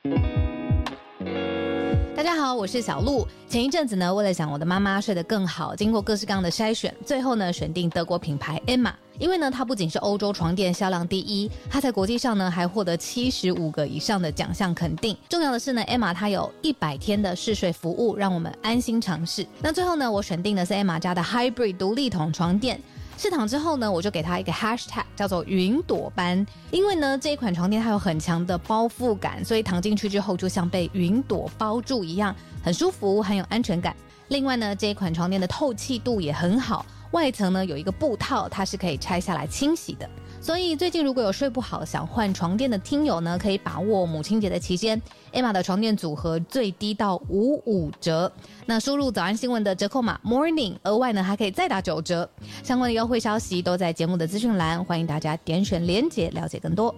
大家好，我是小鹿。前一阵子呢，为了想我的妈妈睡得更好，经过各式各样的筛选，最后呢选定德国品牌 Emma。因为呢，它不仅是欧洲床垫销量第一，它在国际上呢还获得75个以上的奖项肯定。重要的是呢 ，Emma 它有100天的试睡服务，让我们安心尝试。那最后呢，我选定的是 Emma 家的 Hybrid 独立筒床垫。试躺之后呢，我就给它一个 hashtag 叫做云朵般，因为呢这一款床垫它有很强的包覆感，所以躺进去之后就像被云朵包住一样，很舒服，很有安全感。另外呢，这一款床垫的透气度也很好，外层呢有一个布套，它是可以拆下来清洗的。所以最近如果有睡不好想换床垫的听友呢，可以把握母亲节的期间 Emma 的床垫组合最低到55折，那输入早安新闻的折扣码 morning， 额外呢还可以再打9折。相关的优惠消息都在节目的资讯栏，欢迎大家点选连结了解更多。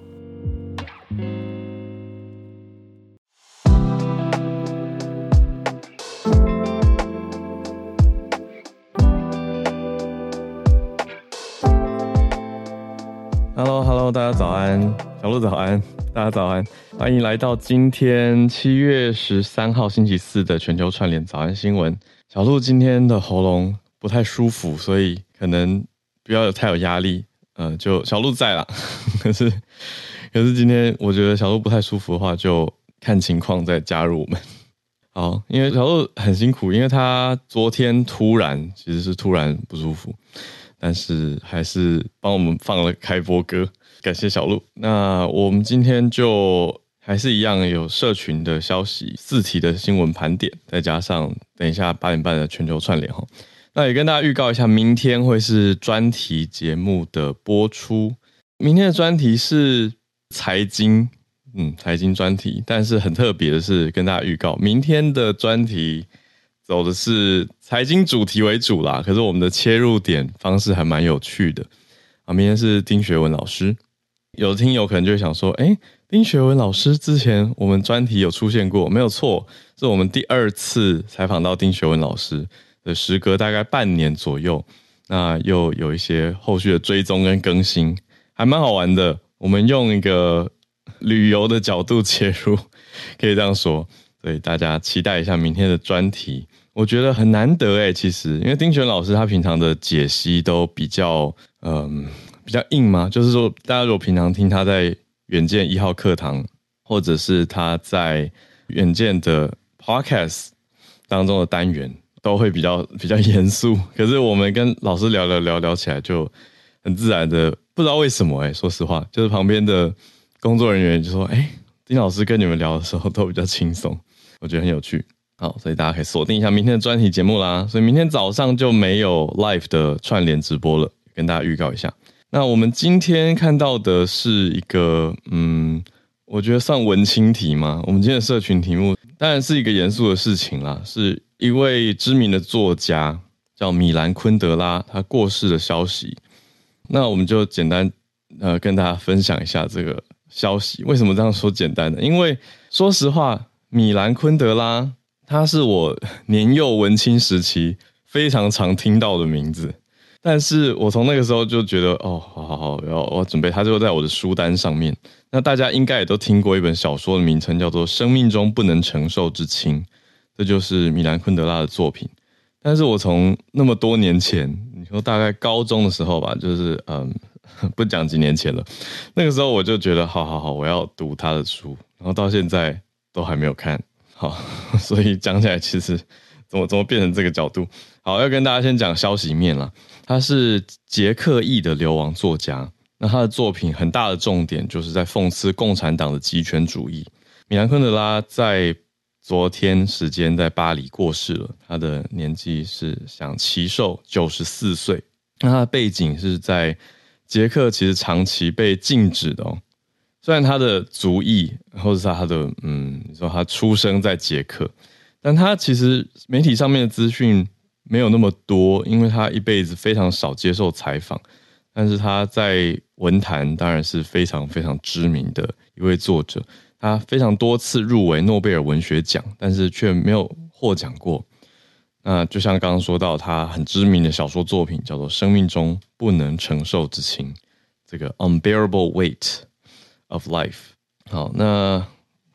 Hello， 大家早安，小鹿早安，大家早安，欢迎来到今天7月13号星期四的全球串联早安新闻。小鹿今天的喉咙不太舒服，所以可能不要太有压力，就小鹿在啦。可是今天我觉得小鹿不太舒服的话，就看情况再加入我们。好，因为小鹿很辛苦，因为他昨天其实是突然不舒服。但是还是帮我们放了开播歌，感谢小鹿。那我们今天就还是一样有社群的消息，4题的新闻盘点，再加上等一下8点半的全球串联。那也跟大家预告一下，明天会是专题节目的播出。明天的专题是财经专题，但是很特别的是跟大家预告，明天的专题走的是财经主题为主啦，可是我们的切入点方式还蛮有趣的啊。明天是丁学文老师，有的听友可能就会想说，丁学文老师之前我们专题有出现过，没有错，是我们第2次采访到丁学文老师的，时隔大概半年左右，那又有一些后续的追踪跟更新，还蛮好玩的。我们用一个旅游的角度切入，可以这样说，所以大家期待一下明天的专题。我觉得很难得其实因为丁璇老师他平常的解析都比较硬嘛，就是说大家如果平常听他在远见1号课堂，或者是他在远见的 podcast 当中的单元，都会比较严肃。可是我们跟老师聊起来就很自然的，不知道为什么说实话，就是旁边的工作人员就说丁老师跟你们聊的时候都比较轻松，我觉得很有趣。好，所以大家可以锁定一下明天的专题节目啦。所以明天早上就没有 live 的串联直播了，跟大家预告一下。那我们今天看到的是一个我觉得算文青题嘛。我们今天的社群题目当然是一个严肃的事情啦，是一位知名的作家叫米兰昆德拉他过世的消息。那我们就简单跟大家分享一下这个消息。为什么这样说简单呢？因为说实话，米兰昆德拉他是我年幼文青时期非常常听到的名字，但是我从那个时候就觉得好，我要准备，他就在我的书单上面。那大家应该也都听过一本小说的名称叫做《生命中不能承受之轻》，这就是米兰昆德拉的作品。但是我从那么多年前，你说大概高中的时候吧，就是不讲几年前了，那个时候我就觉得好，我要读他的书，然后到现在都还没有看。好，所以讲起来其实怎么变成这个角度。好，要跟大家先讲消息面啦。他是捷克裔的流亡作家，那他的作品很大的重点就是在讽刺共产党的极权主义。米兰昆德拉在昨天时间在巴黎过世了，他的年纪是享耆寿94岁。那他的背景是在捷克其实长期被禁止的虽然他的族裔或者是他的你说他出生在捷克，但他其实媒体上面的资讯没有那么多，因为他一辈子非常少接受采访。但是他在文坛当然是非常非常知名的一位作者，他非常多次入围诺贝尔文学奖，但是却没有获奖过。那就像刚刚说到，他很知名的小说作品叫做《生命中不能承受之轻》，这个 Unbearable Weight of Life。好，那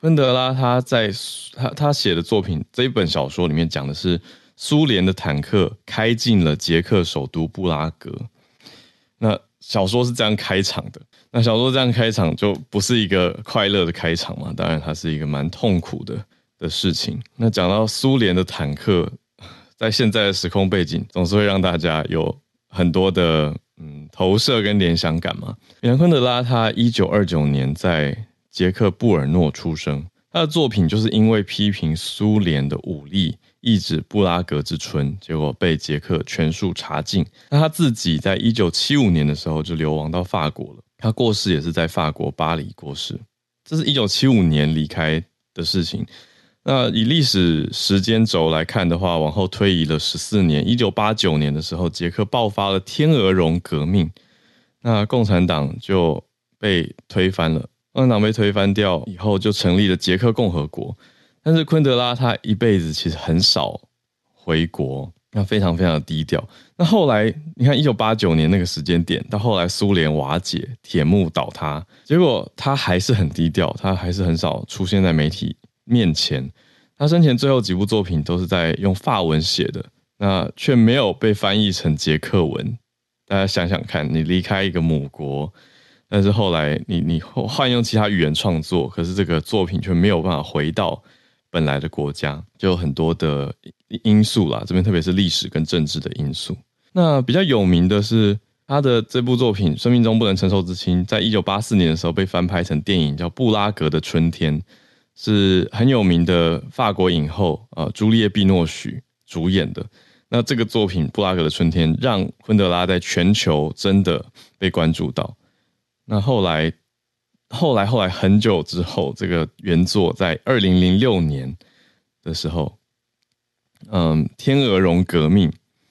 昆德拉他写的作品这一本小说里面讲的是苏联的坦克开进了捷克首都布拉格。那小说是这样开场的，那小说这样开场就不是一个快乐的开场嘛，当然它是一个蛮痛苦的事情。那讲到苏联的坦克，在现在的时空背景总是会让大家有很多的投射跟联想感嘛。米兰昆德拉他1929年在捷克布尔诺出生，他的作品就是因为批评苏联的武力抑制布拉格之春，结果被捷克全数查禁。那他自己在1975年的时候就流亡到法国了，他过世也是在法国巴黎过世，这是1975年离开的事情。那以历史时间轴来看的话，往后推移了14年，1989年的时候，捷克爆发了天鹅绒革命，那共产党就被推翻了。共产党被推翻掉以后，就成立了捷克共和国。但是昆德拉他一辈子其实很少回国，那非常非常的低调。那后来你看1989年那个时间点，到后来苏联瓦解，铁幕倒塌，结果他还是很低调，他还是很少出现在媒体面前。他生前最后几部作品都是在用法文写的，那却没有被翻译成捷克文。大家想想看，你离开一个母国，但是后来你换用其他语言创作，可是这个作品却没有办法回到本来的国家，就有很多的因素啦，这边特别是历史跟政治的因素。那比较有名的是他的这部作品《生命中不能承受之轻》，在1984年的时候被翻拍成电影，叫《布拉格的春天》，是很有名的法国影后朱丽叶·碧诺许主演的。那这个作品《布拉格的春天》让昆德拉在全球真的被关注到。那后来很久之后，这个原作在2006年的时候，天鹅绒革命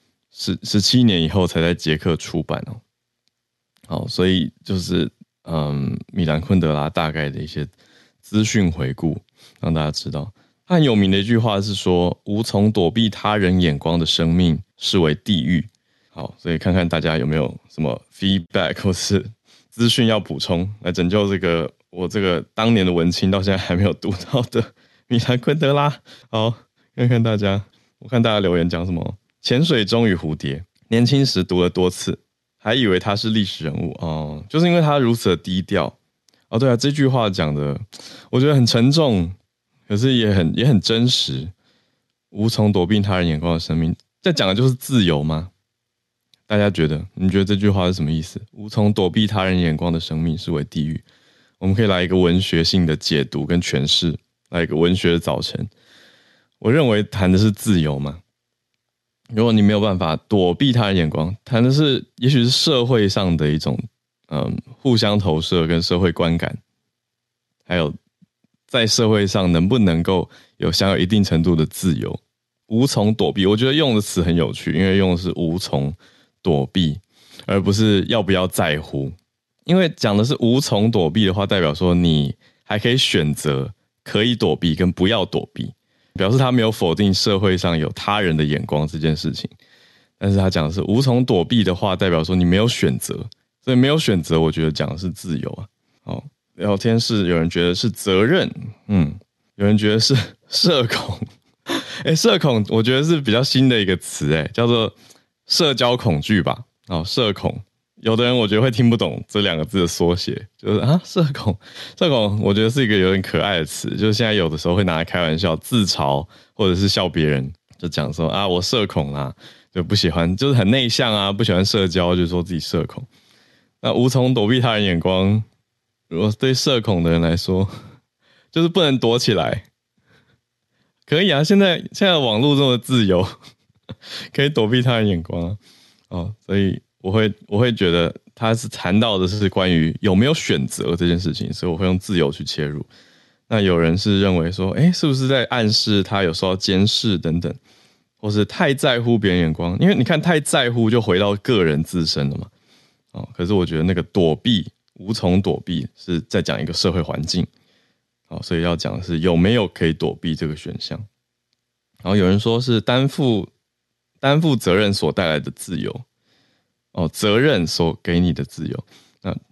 17年以后才在捷克出版哦。好，所以就是米兰昆德拉大概的一些资讯回顾，让大家知道。他很有名的一句话是说，无从躲避他人眼光的生命视为地狱。好，所以看看大家有没有什么 feedback 或是资讯要补充，来拯救我这个当年的文青到现在还没有读到的米兰昆德拉。好，看看大家，我看大家留言讲什么。潜水钟与蝴蝶，年轻时读了多次，还以为他是历史人物哦，就是因为他如此的低调。哦，对啊，这句话讲的，我觉得很沉重，可是也很真实。无从躲避他人眼光的生命，在讲的就是自由吗？大家觉得？你觉得这句话是什么意思？无从躲避他人眼光的生命视为地狱。我们可以来一个文学性的解读跟诠释，来一个文学的早晨。我认为谈的是自由嘛。如果你没有办法躲避他人眼光，谈的是也许是社会上的一种互相投射跟社会观感，还有在社会上能不能够享有一定程度的自由。无从躲避，我觉得用的词很有趣，因为用的是无从躲避，而不是要不要在乎。因为讲的是无从躲避的话，代表说你还可以选择可以躲避跟不要躲避，表示他没有否定社会上有他人的眼光这件事情。但是他讲的是无从躲避的话，代表说你没有选择，所以没有选择，我觉得讲的是自由啊。好，聊天室有人觉得是责任，有人觉得是社恐。社恐我觉得是比较新的一个词，叫做社交恐惧吧。社恐，有的人我觉得会听不懂这两个字的缩写，就是社恐我觉得是一个有点可爱的词，就是现在有的时候会拿来开玩笑自嘲，或者是笑别人，就讲说我社恐啦，就不喜欢，就是很内向啊，不喜欢社交，就说自己社恐。那无从躲避他人眼光，如果对社恐的人来说，就是不能躲起来。可以啊，现在网络这么自由，可以躲避他人眼光所以我会觉得他是谈到的是关于有没有选择这件事情，所以我会用自由去切入。那有人是认为说，是不是在暗示他有受到监视等等，或是太在乎别人眼光？因为你看太在乎就回到个人自身了嘛。可是我觉得那个躲避，无从躲避是在讲一个社会环境。所以要讲的是有没有可以躲避这个选项。然后有人说是担负责任所带来的自由，责任所给你的自由。那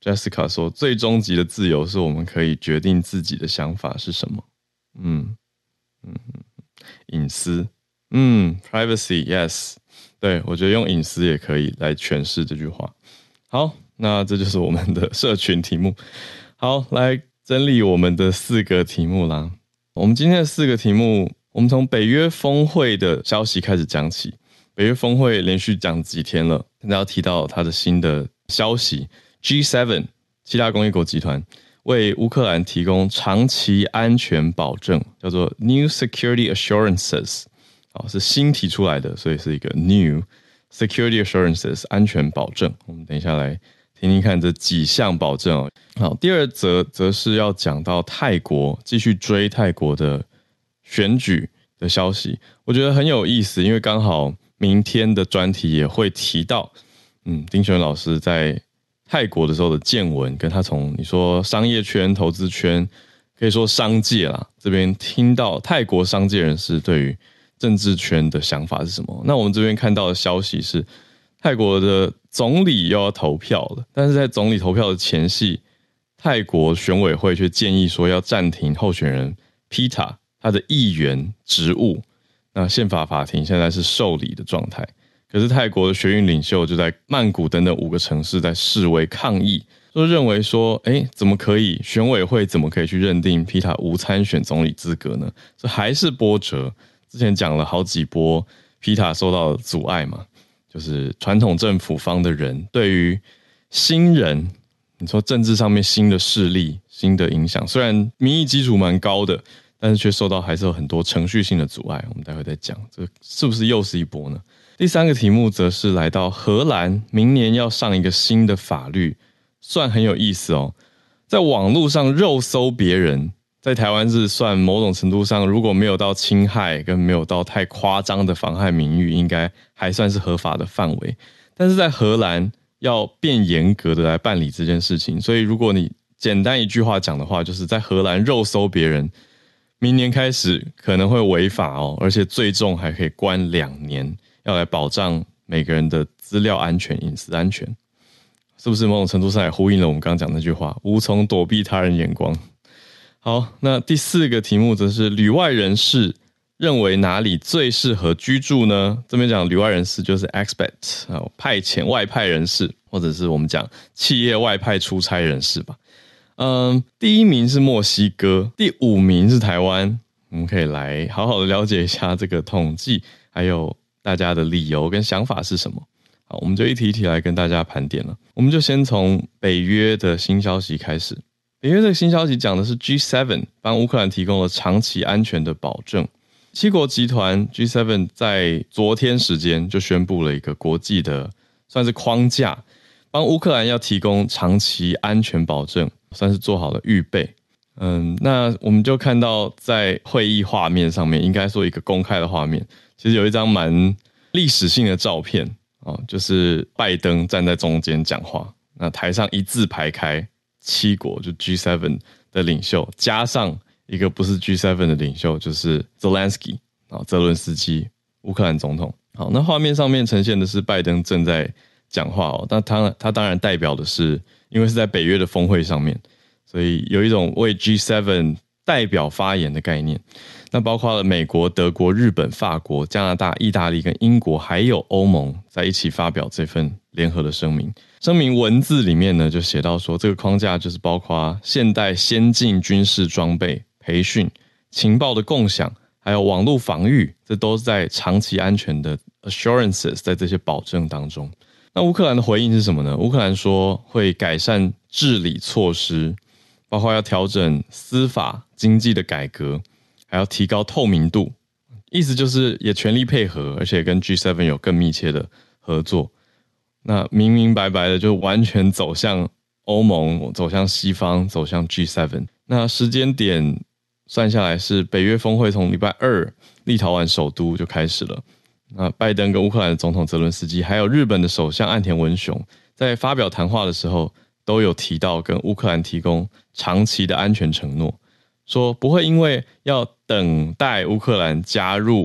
Jessica 说，最终极的自由是我们可以决定自己的想法是什么。隐私，privacy yes， 对，我觉得用隐私也可以来诠释这句话。好，那这就是我们的社群题目。好，来整理我们的4个题目啦。我们今天的4个题目，我们从北约峰会的消息开始讲起。北约峰会连续讲几天了，现在要提到它的新的消息 ，G7 7大工业国集团为乌克兰提供长期安全保证，叫做 New Security Assurances， 是新提出来的，所以是一个 New Security Assurances 安全保证。我们等一下来听听看这几项保证哦。好，第二则是要讲到泰国，继续追泰国的选举的消息，我觉得很有意思，因为刚好明天的专题也会提到，丁选老师在泰国的时候的见闻，跟他从你说商业圈、投资圈，可以说商界啦，这边听到泰国商界人士对于政治圈的想法是什么。那我们这边看到的消息是，泰国的总理又要投票了，但是在总理投票的前夕，泰国选委会却建议说要暂停候选人 Pita 他的议员职务。那宪法法庭现在是受理的状态，可是泰国的学运领袖就在曼谷等等5个城市在示威抗议，就认为说，怎么可以选委会怎么可以去认定 Pita 无参选总理资格呢？这还是波折。之前讲了好几波 Pita 受到的阻碍嘛，就是传统政府方的人对于新人，你说政治上面新的势力、新的影响，虽然民意基础蛮高的，但是却受到还是有很多程序性的阻碍。我们待会再讲，这是不是又是一波呢？第3个题目则是来到荷兰，明年要上一个新的法律，算很有意思哦。在网络上肉搜别人，在台湾是算某种程度上，如果没有到侵害跟没有到太夸张的妨害名誉，应该还算是合法的范围。但是在荷兰要变严格的来办理这件事情，所以如果你简单一句话讲的话，就是在荷兰肉搜别人，明年开始可能会违法哦，而且最重还可以关2年，要来保障每个人的资料安全、隐私安全，是不是某种程度上也呼应了我们刚刚讲那句话，无从躲避他人眼光。好，那第4个题目则是旅外人士认为哪里最适合居住呢？这边讲旅外人士就是 expat， 派遣外派人士，或者是我们讲企业外派出差人士吧。第1名是墨西哥，第5名是台湾。我们可以来好好的了解一下这个统计，还有大家的理由跟想法是什么。好，我们就一题一题来跟大家盘点了。我们就先从北约的新消息开始。北约这个新消息讲的是 G7 帮乌克兰提供了长期安全的保证。7国集团 G7 在昨天时间就宣布了一个国际的算是框架，帮乌克兰要提供长期安全保证，算是做好了预备。那我们就看到在会议画面上面，应该说一个公开的画面，其实有一张蛮历史性的照片，就是拜登站在中间讲话，那台上一字排开7国就 G7 的领袖，加上一个不是 G7 的领袖，就是 Zelensky 泽伦斯基，乌克兰总统。好，那画面上面呈现的是拜登正在讲话哦，那他当然代表的是，因为是在北约的峰会上面，所以有一种为 G7 代表发言的概念。那包括了美国、德国、日本、法国、加拿大、意大利跟英国，还有欧盟在一起发表这份联合的声明。声明文字里面呢，就写到说，这个框架就是包括现代先进军事装备、培训、情报的共享，还有网络防御，这都是在长期安全的 assurances 在这些保证当中。那乌克兰的回应是什么呢？乌克兰说会改善治理措施，包括要调整司法、经济的改革，还要提高透明度，意思就是也全力配合，而且跟 G7 有更密切的合作。那明明白白的就完全走向欧盟，走向西方，走向 G7。那时间点算下来是北约峰会从礼拜2立陶宛首都就开始了。那拜登跟乌克兰的总统泽伦斯基，还有日本的首相岸田文雄，在发表谈话的时候都有提到跟乌克兰提供长期的安全承诺，说不会因为要等待乌克兰加入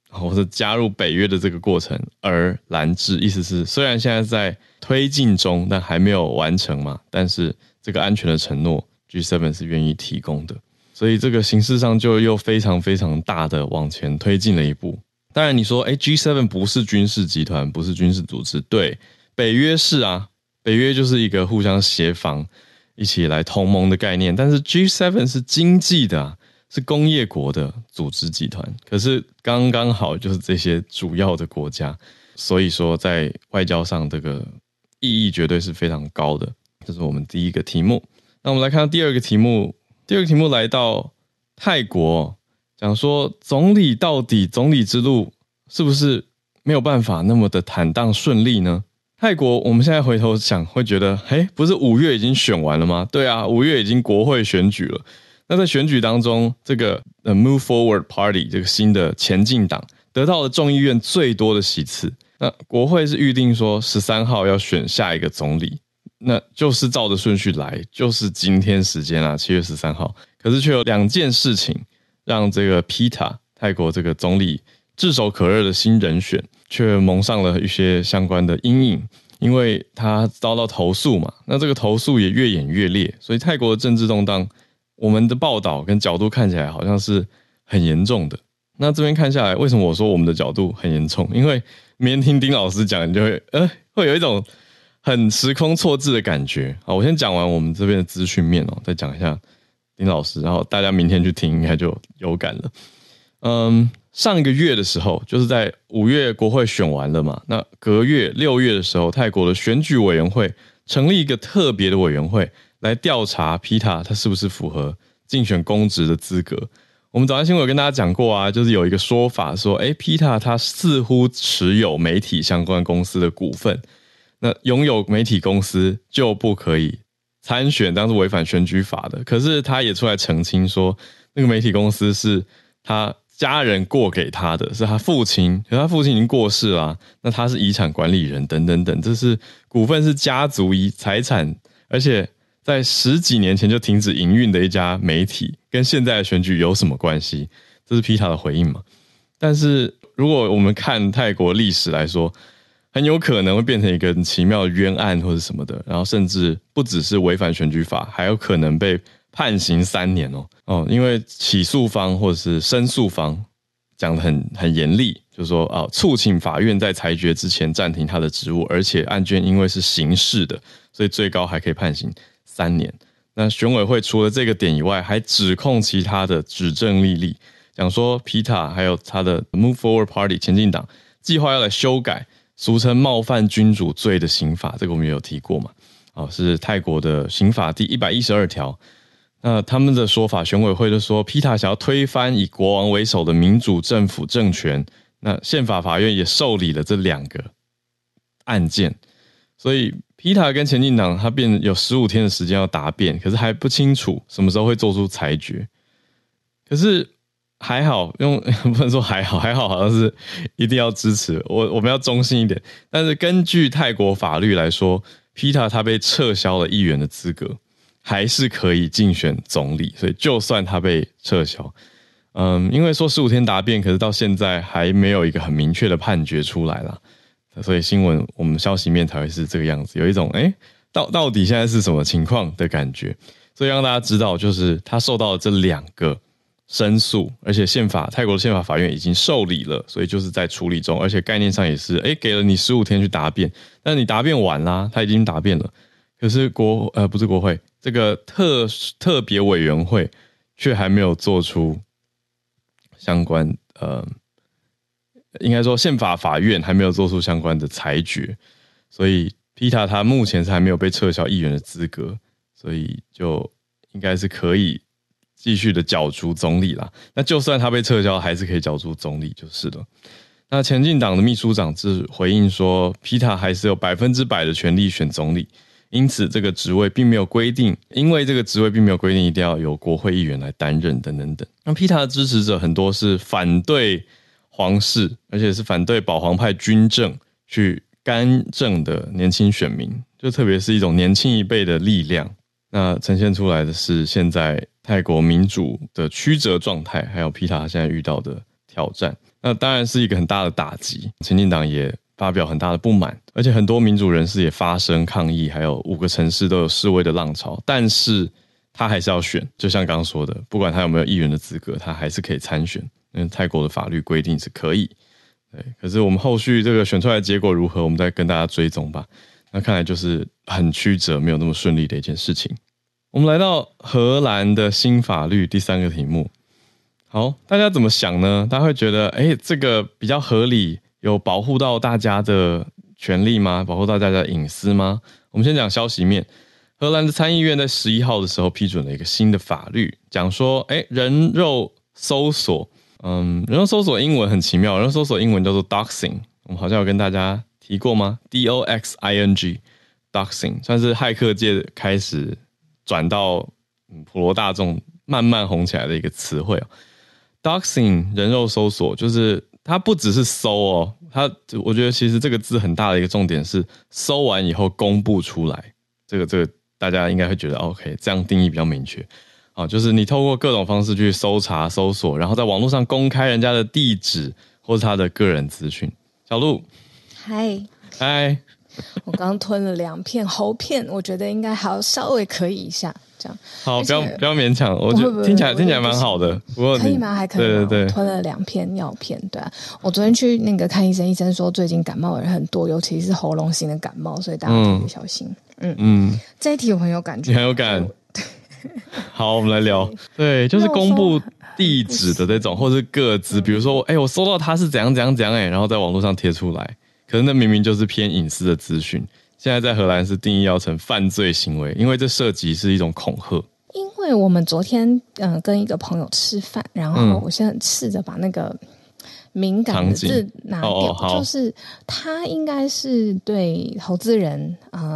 或者加入北约的这个过程而拦制，意思是虽然现在在推进中，但还没有完成嘛，但是这个安全的承诺 G7 是愿意提供的，所以这个形势上就又非常非常大的往前推进了一步。当然你说G7 不是军事集团，不是军事组织，对，北约是啊，北约就是一个互相协防一起来同盟的概念，但是 G7 是经济的啊，是工业国的组织集团，可是刚刚好就是这些主要的国家，所以说在外交上这个意义绝对是非常高的。这是我们第一个题目。那我们来看到第二个题目，第二个题目来到泰国，讲说总理到底总理之路是不是没有办法那么的坦荡顺利呢？泰国我们现在回头想会觉得不是5月已经选完了吗？对啊，5月已经国会选举了。那在选举当中，这个 Move Forward Party 这个新的前进党得到了众议院最多的席次，那国会是预定说13号要选下一个总理，那就是照着顺序来，就是今天时间啊，7月13号。可是却有2件事情让这个 PITA 泰国这个总理炙手可热的新人选却蒙上了一些相关的阴影，因为他遭到投诉嘛，那这个投诉也越演越烈，所以泰国的政治动荡我们的报道跟角度看起来好像是很严重的。那这边看下来，为什么我说我们的角度很严重？因为明天听丁老师讲，你就会有一种很时空错置的感觉。好，我先讲完我们这边的资讯面再讲一下丁老师，然后大家明天去听应该就有感了。上一个月的时候，就是在5月国会选完了嘛，那隔月6月的时候，泰国的选举委员会成立一个特别的委员会来调查 PITA 他是不是符合竞选公职的资格。我们早上新闻有跟大家讲过啊，就是有一个说法说PITA 他似乎持有媒体相关公司的股份，那拥有媒体公司就不可以参选，当是违反选举法的。可是他也出来澄清说，那个媒体公司是他家人过给他的，是他父亲，可是他父亲已经过世了那他是遗产管理人等等等，这是股份是家族财产，而且在10几年前就停止营运的一家媒体，跟现在的选举有什么关系？这是 PITA 的回应嘛？但是如果我们看泰国历史来说，很有可能会变成一个很奇妙的冤案或者什么的，然后甚至不只是违反选举法，还有可能被判刑3年因为起诉方或者是申诉方讲得很严厉，就是说促请法院在裁决之前暂停他的职务，而且案件因为是刑事的，所以最高还可以判刑3年。那选委会除了这个点以外，还指控其他的指证历历，讲说 PITA 还有他的 Move Forward Party 前进党计划要来修改俗称冒犯君主罪的刑法，这个我们也有提过嘛，是泰国的刑法第112条。那他们的说法，选委会就说 PITA 想要推翻以国王为首的民主政府政权，那宪法法院也受理了这2个案件，所以 PITA 跟前进党他变有15天的时间要答辩，可是还不清楚什么时候会做出裁决。可是还好，不能说还好好像是一定要支持我们要中性一点，但是根据泰国法律来说 PITA 他被撤销了议员的资格，还是可以竞选总理，所以就算他被撤销，因为说15天答辩，可是到现在还没有一个很明确的判决出来啦，所以新闻我们消息面才会是这个样子，有一种到底现在是什么情况的感觉。所以让大家知道，就是他受到了这2个申诉，而且泰国的宪法法院已经受理了，所以就是在处理中，而且概念上也是给了你15天去答辩，但你答辩完啦，他已经答辩了，可是不是国会，这个特别委员会却还没有做出相关应该说宪法法院还没有做出相关的裁决，所以 PITA 他目前是还没有被撤销议员的资格，所以就应该是可以继续的角逐总理啦。那就算他被撤销，还是可以角逐总理就是了。那前进党的秘书长是回应说 PITA 还是有100%的权利选总理，因此这个职位并没有规定，因为这个职位并没有规定一定要由国会议员来担任等等等。那 PITA 的支持者很多是反对皇室，而且是反对保皇派军政去干政的年轻选民，就特别是一种年轻一辈的力量。那呈现出来的是现在泰国民主的曲折状态，还有 PITA 现在遇到的挑挑战。那当然是一个很大的打击，亲进党也发表很大的不满，而且很多民主人士也发声抗议，还有5个城市都有示威的浪潮。但是他还是要选，就像刚刚说的，不管他有没有议员的资格，他还是可以参选，因为泰国的法律规定是可以。对，可是我们后续这个选出来的结果如何，我们再跟大家追踪吧。那看来就是很曲折，没有那么顺利的一件事情。我们来到荷兰的新法律第3个题目。好，大家怎么想呢？大家会觉得这个比较合理，有保护到大家的权利吗？保护到大家的隐私吗？我们先讲消息面。荷兰的参议院在11号的时候批准了一个新的法律，讲说人肉搜索。人肉搜索英文很奇妙，人肉搜索英文叫做 doxing， 我们好像有跟大家提过吗？ DOXING doxing 算是骇客界开始转到普罗大众慢慢红起来的一个词汇。doxing 人肉搜索就是它不只是搜我觉得其实这个字很大的一个重点是搜完以后公布出来，这个大家应该会觉得 OK， 这样定义比较明确。就是你透过各种方式去搜查搜索，然后在网络上公开人家的地址或是他的个人资讯。小鹿， 嗨，我刚吞了2片喉片，我觉得应该还要稍微可以一下，这样。 好，不要勉强，我觉得听起来蛮好的。不过可以吗？还可以吗？ 对， 吞了2片药片，对啊。我昨天去那个看医生，医生说最近感冒的人很多，尤其是喉咙型的感冒，所以大家特别小心。这一题我很有感觉， 你很有感。好，我们来聊。对，就是公布地址的这种，或是个资，比如说，我搜到他是怎样，然后在网络上贴出来，可是那明明就是偏隐私的资讯。现在在荷兰是定义要成犯罪行为，因为这涉及是一种恐吓。 因为我们昨天跟一个朋友吃饭，然后我现在试着把那个敏感的字拿掉，就是他应该是对投资人，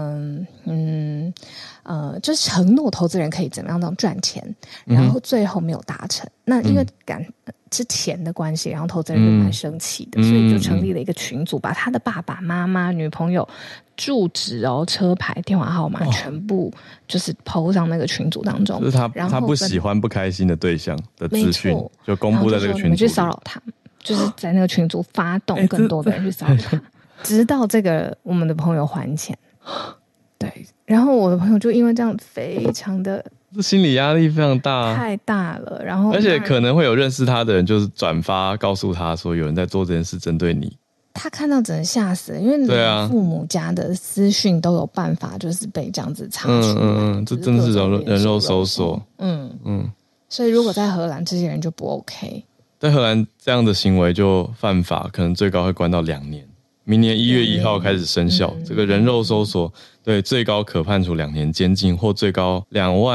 就是承诺投资人可以怎么样赚钱，然后最后没有达成。那因为是钱的关系，然后投资人就蛮生气的，所以就成立了一个群组，把他的爸爸妈妈、女朋友、住址车牌、电话号码全部就是 po 上那个群组当中。 就是他不喜欢、不开心的对象的资讯，就公布在这个群组里。 你们去骚扰他，就是在那个群组发动更多的人去骚扰他，直到这个我们的朋友还钱。对，然后我的朋友就因为这样非常的。 这心理压力非常大， 太大了。然后， 而且可能会有认识他的人，就是转发告诉他说有人在做这件事针对你。 他看到真的吓死了，因为父母家的私讯都有办法，就是被这样子查出来。 这真的是人肉搜索。 所以如果在荷兰，这些人就不 OK。 在荷兰这样的行为就犯法，可能最高会关到2年。明年1月1号开始生效，这个人肉搜索，对，最高可判处2年监禁，或最高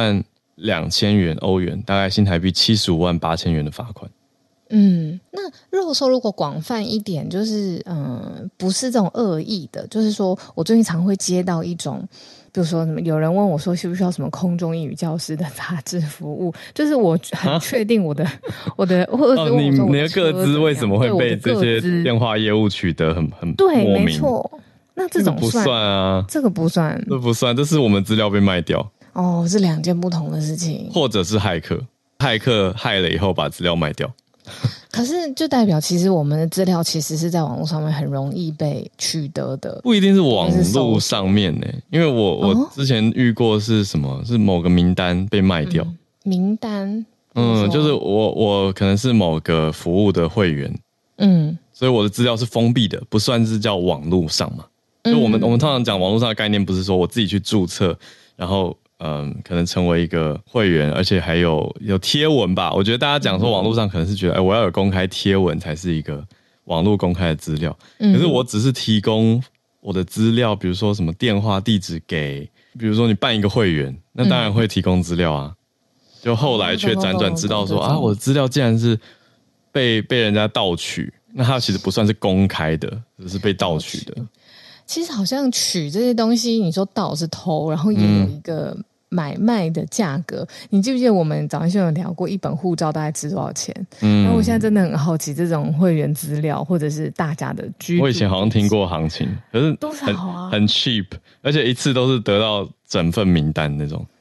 22000元欧元，大概新台币758000元的罚款。 那肉搜如果广泛一点，就是不是这种恶意的，就是说我最近常会接到一种，比如说有人问我说需不需要什么空中英语教师的杂志服务，就是我很确定我的或者是你的个资为什么会被这些电话业务取得很对， 莫名？ 没错。那这种不算啊， 这个不算， 这不算，这是我们资料被卖掉。 是2件不同的事情。 或者是骇客害了以后把资料卖掉。 可是就代表其实我们的资料其实是在网络上面很容易被取得的， 不一定是网络上面因为我之前遇过是什么，是某个名单被卖掉。 名单就是我可能是某个服务的会员，所以我的资料是封闭的，不算是叫网络上嘛。就我们通常讲网络上的概念，不是说我自己去注册，然后可能成为一个会员，而且还有贴文吧。我觉得大家讲说网络上可能是觉得，我要有公开贴文才是一个网络公开的资料。可是我只是提供我的资料，比如说什么电话地址给，比如说你办一个会员，那当然会提供资料啊。就后来却辗转知道说我的资料竟然是被人家盗取，那它其实不算是公开的，只是被盗取的。 其实好像取这些东西，你说盗是偷，然后也有一个买卖的价格。你记不记得我们早上有聊过一本护照大概值多少钱？然后我现在真的很好奇，这种会员资料或者是大家的居住， 我以前好像听过行情，可是多少啊？ 很 cheap， 而且一次都是得到整份名单那种。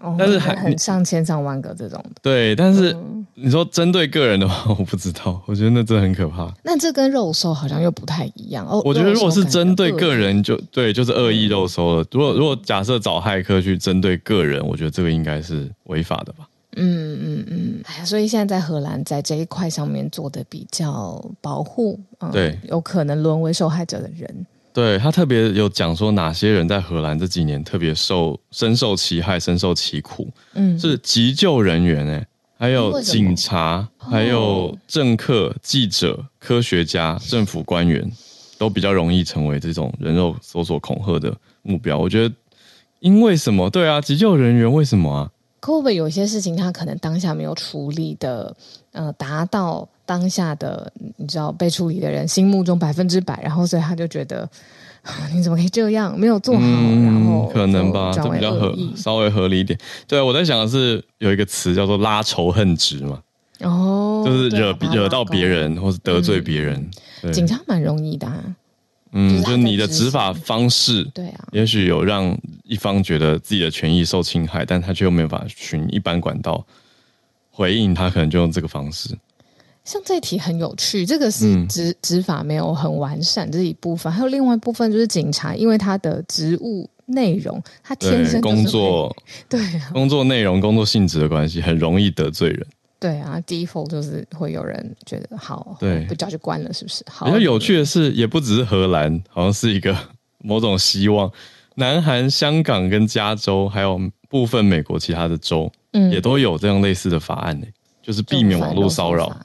但是很上千上万个这种的。 对，但是你说针对个人的话，我不知道，我觉得那真的很可怕。 那这跟肉搜好像又不太一样哦。 我觉得如果是针对个人就是恶意肉搜了。如果假设找骇客去针对个人，我觉得这个应该是违法的吧。 哎呀，所以现在在荷兰在这一块上面做的比较保护， 对， 有可能沦为受害者的人。 对，他特别有讲说哪些人在荷兰这几年特别深受其害、深受其苦，是急救人员还有警察，还有政客、记者、科学家、政府官员，都比较容易成为这种人肉搜索恐吓的目标。我觉得，因为什么？对啊，急救人员为什么啊？ 会不会有些事情他可能当下没有处理的，达到当下的你知道被处理的人心目中100%，然后所以他就觉得你怎么可以这样，没有做好，然后可能吧，这比较稍微合理一点。对，我在想的是有一个词叫做拉仇恨值嘛，就是惹到别人或是得罪别人。 警察蛮容易的就是你的执法方式， 对啊， 也许有让一方觉得自己的权益受侵害，但他却又没有办法循一般管道回应，他可能就用这个方式。 像这一题很有趣，这个是执法没有很完善这一部分，还有另外一部分就是警察，因为他的职务内容，他天生就是工作内容、工作性质的关系，很容易得罪人。 对啊 ，default 就是会有人觉得好， 对， 不叫就关了，是不是？好， 比较有趣的是，也不只是荷兰，好像是一个某种希望。南韩、香港跟加州，还有部分美国其他的州，也都有这样类似的法案就是避免网络骚扰。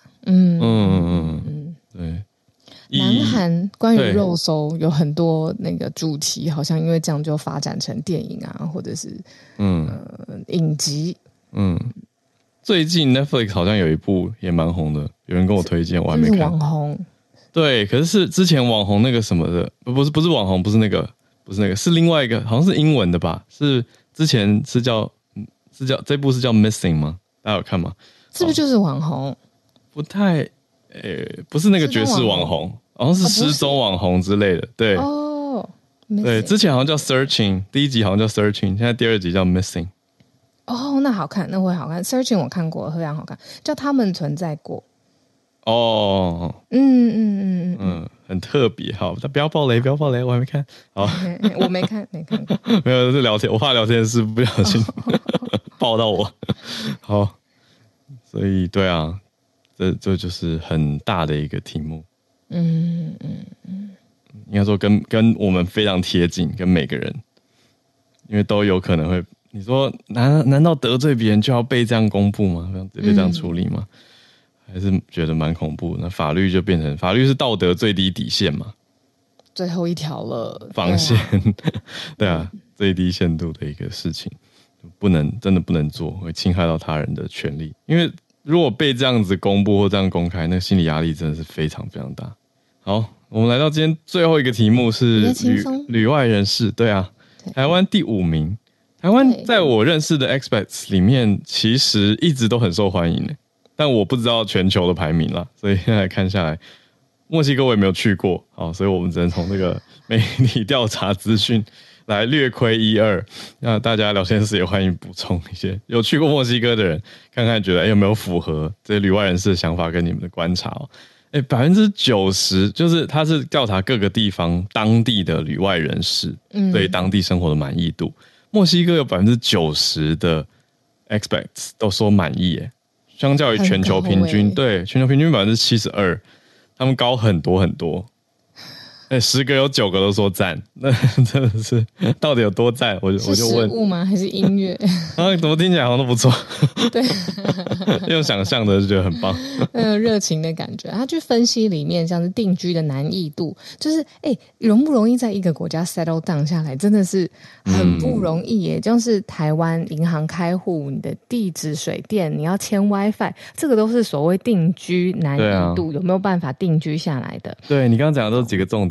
对。 南韩关于肉搜有很多那个主题，好像因为这样就发展成电影啊，或者是影集。 最近 Netflix 好像有一部也蛮红的，有人跟我推荐，我还没看。 是网红。对， 可是之前网红那个什么的，不是网红，不是那个，是另外一个，好像是英文的吧？是之前是叫这部是叫 Missing 吗？大家有看吗？ 是不是就是网红？ 不太，不是那个爵士网红，好像是失踪网红之类的。对，对，之前好像叫 Searching， 第一集好像叫 Searching， 现在第二集叫 Missing。 那好看，那会好看。Searching 我看过，非常好看，叫他们存在过。 很特别。好，不要爆雷，我还没看。好， 我没看过。 没有，是聊天，我怕聊天室不小心爆到我。好，所以对啊，这就是很大的一个题目。应该说跟我们非常贴近，跟每个人，因为都有可能会。你说难道得罪别人就要被这样公布吗？被这样处理吗？还是觉得蛮恐怖的？那法律就变成法律是道德最低底线嘛， 最后一条了， 防线。对啊，最低限度的一个事情，真的不能做，会侵害到他人的权利。因为如果被这样子公布或这样公开，那心理压力真的是非常非常大。好，我们来到今天最后一个题目是旅外人士。对啊，台湾第5名。台湾在我认识的 expats 里面，其实一直都很受欢迎但我不知道全球的排名啦，所以现在看下来，墨西哥我也没有去过，好，所以我们只能从这个媒体调查资讯来略窥1、2。那大家聊天室也欢迎补充一些有去过墨西哥的人，看看觉得有没有符合这些旅外人士的想法跟你们的观察90%就是他是调查各个地方当地的旅外人士对当地生活的满意度。墨西哥有90%的 expats 都说满意相较于全球平均，对，全球平均72%，他们高很多很多。10个有9个都说赞，那真的是到底有多赞？我就问，是食物吗？还是音乐？ 怎么听起来好像都不错？ 对， 用想象的就觉得很棒， 热情的感觉。他去分析里面像是定居的难易度，就是容不容易在一个国家 settle down 下来，真的是很不容易耶。就是台湾银行开户，你的地址、水电，你要签 WiFi， 这个都是所谓定居难易度，有没有办法定居下来的？ 对，你刚刚讲的都是几个重点。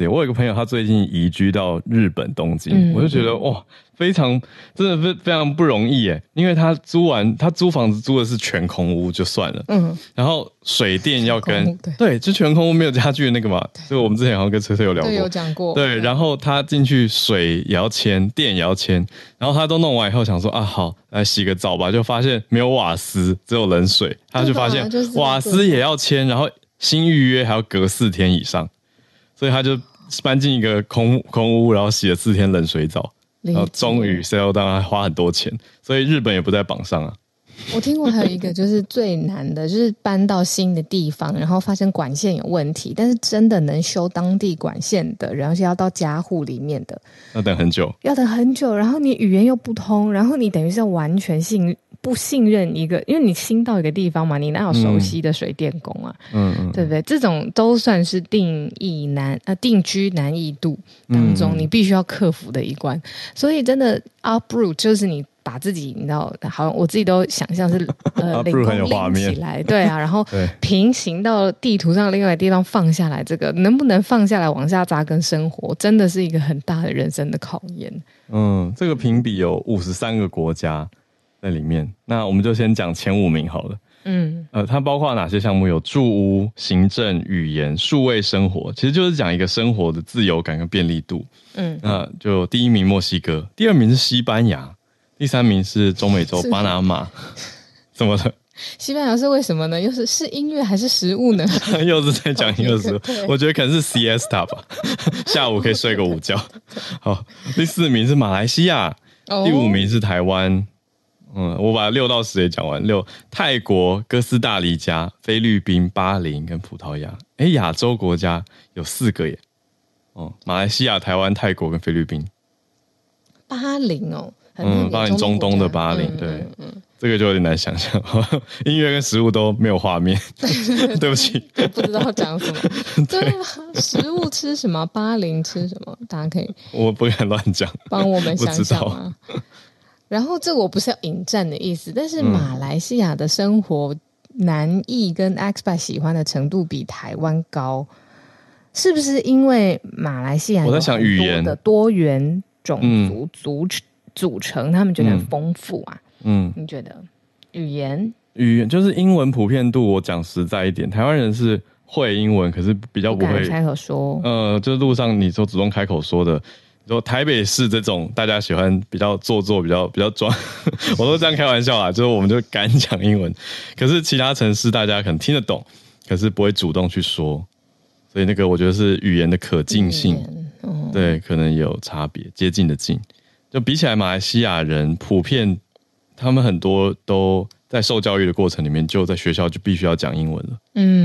我有一个朋友，他最近移居到日本东京，我就觉得哇，真的非常不容易耶，因为他租房子租的是全空屋就算了，然后水电要跟对，就全空屋没有家具的那个嘛，所以我们之前好像跟车有聊过， 对，有讲过， 对，然后他进去水也要签，电也要签，然后他都弄完以后想说啊，好，来洗个澡吧，就发现没有瓦斯，只有冷水，他就发现瓦斯也要签，然后新预约还要隔4天以上，所以他就搬进一个空屋，然后洗了4天冷水澡，然后终于 settle down， 还花很多钱，所以日本也不在榜上啊。 我听过还有一个就是最难的，就是搬到新的地方，然后发生管线有问题，但是真的能修当地管线的，然后是要到家户里面的， 要等很久， 然后你语言又不通，然后你等于是要完全不信任一个，因为你新到一个地方嘛，你哪有熟悉的水电工啊？对不对？这种都算是定居难易度当中你必须要克服的一关。所以真的 uproot 就是你把自己，你知道，好像我自己都想象是 uproot 很有画面起来，对啊，然后平行到地图上另外一个地方放下来，这个能不能放下来往下扎根生活，真的是一个很大的人生的考验。 这个评比有53个国家在里面，那我们就先讲前5名好了。它包括哪些项目？有住屋、行政、语言、数位生活，其实就是讲一个生活的自由感跟便利度。那就第1名墨西哥，第2名是西班牙，第3名是中美洲巴拿马。怎么了？ 西班牙是为什么呢？又是音乐还是食物呢？ 又是在讲音乐食物，我觉得可能是 siesta 吧，下午可以睡个午觉。好，第4名是马来西亚，第5名是台湾。我把6到10也讲完。泰国、哥斯达黎加、菲律宾、巴林跟葡萄牙。亚洲国家有4个耶。马来西亚、台湾、泰国跟菲律宾。 巴林哦， 巴林中东的巴林，对，这个就有点难想象，音乐跟食物都没有画面，对不起， 不知道讲什么。对啊，食物吃什么？巴林吃什么？大家可以， 我不敢乱讲， 帮我们想想啊。然后这我不是要引战的意思，但是马来西亚的生活难易跟 expat 喜欢的程度比台湾高，是不是因为马来西亚有很多的多元种族组成，他们觉得很丰富啊？你觉得语言就是英文普遍度，我讲实在一点，台湾人是会英文，可是比较不会开口说。 就是路上你说主动开口说的。说台北市这种大家喜欢比较做作、比较装，我都这样开玩笑啦，就是我们就敢讲英文。可是其他城市大家可能听得懂，可是不会主动去说，所以那个我觉得是语言的可近性，对，可能有差别，接近的近。就比起来，马来西亚人普遍，他们很多都在受教育的过程里面，就在学校就必须要讲英文了。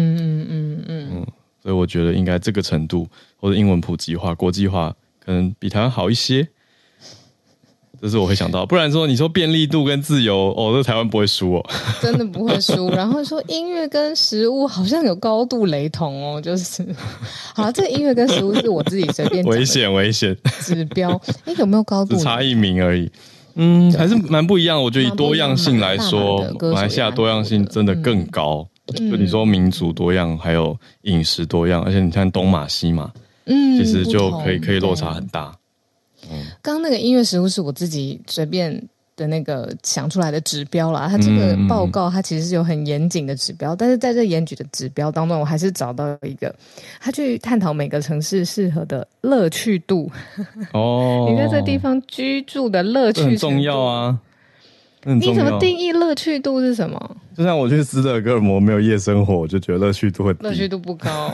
所以我觉得应该这个程度，或者英文普及化、国际化。可能比台湾好一些，这是我会想到。不然说你说便利度跟自由，这台湾不会输哦， 真的不会输。然后说音乐跟食物好像有高度雷同哦，就是好，这个音乐跟食物是我自己随便讲的危险指标。有没有高度？ 只差1名而已。还是蛮不一样。我觉得以多样性来说，马来西亚多样性真的更高。就你说民族多样，还有饮食多样，而且你看东马西马。其实就可以落差很大。 刚刚那个音乐食物是我自己随便的那个想出来的指标啦，它这个报告它其实是有很严谨的指标，但是在这严谨的指标当中，我还是找到一个，他去探讨每个城市适合的乐趣度。你在这地方居住的乐趣很重要啊。 你怎么定义乐趣度是什么？ 就像我去斯德哥尔摩没有夜生活，我就觉得乐趣度会低， 乐趣度不高。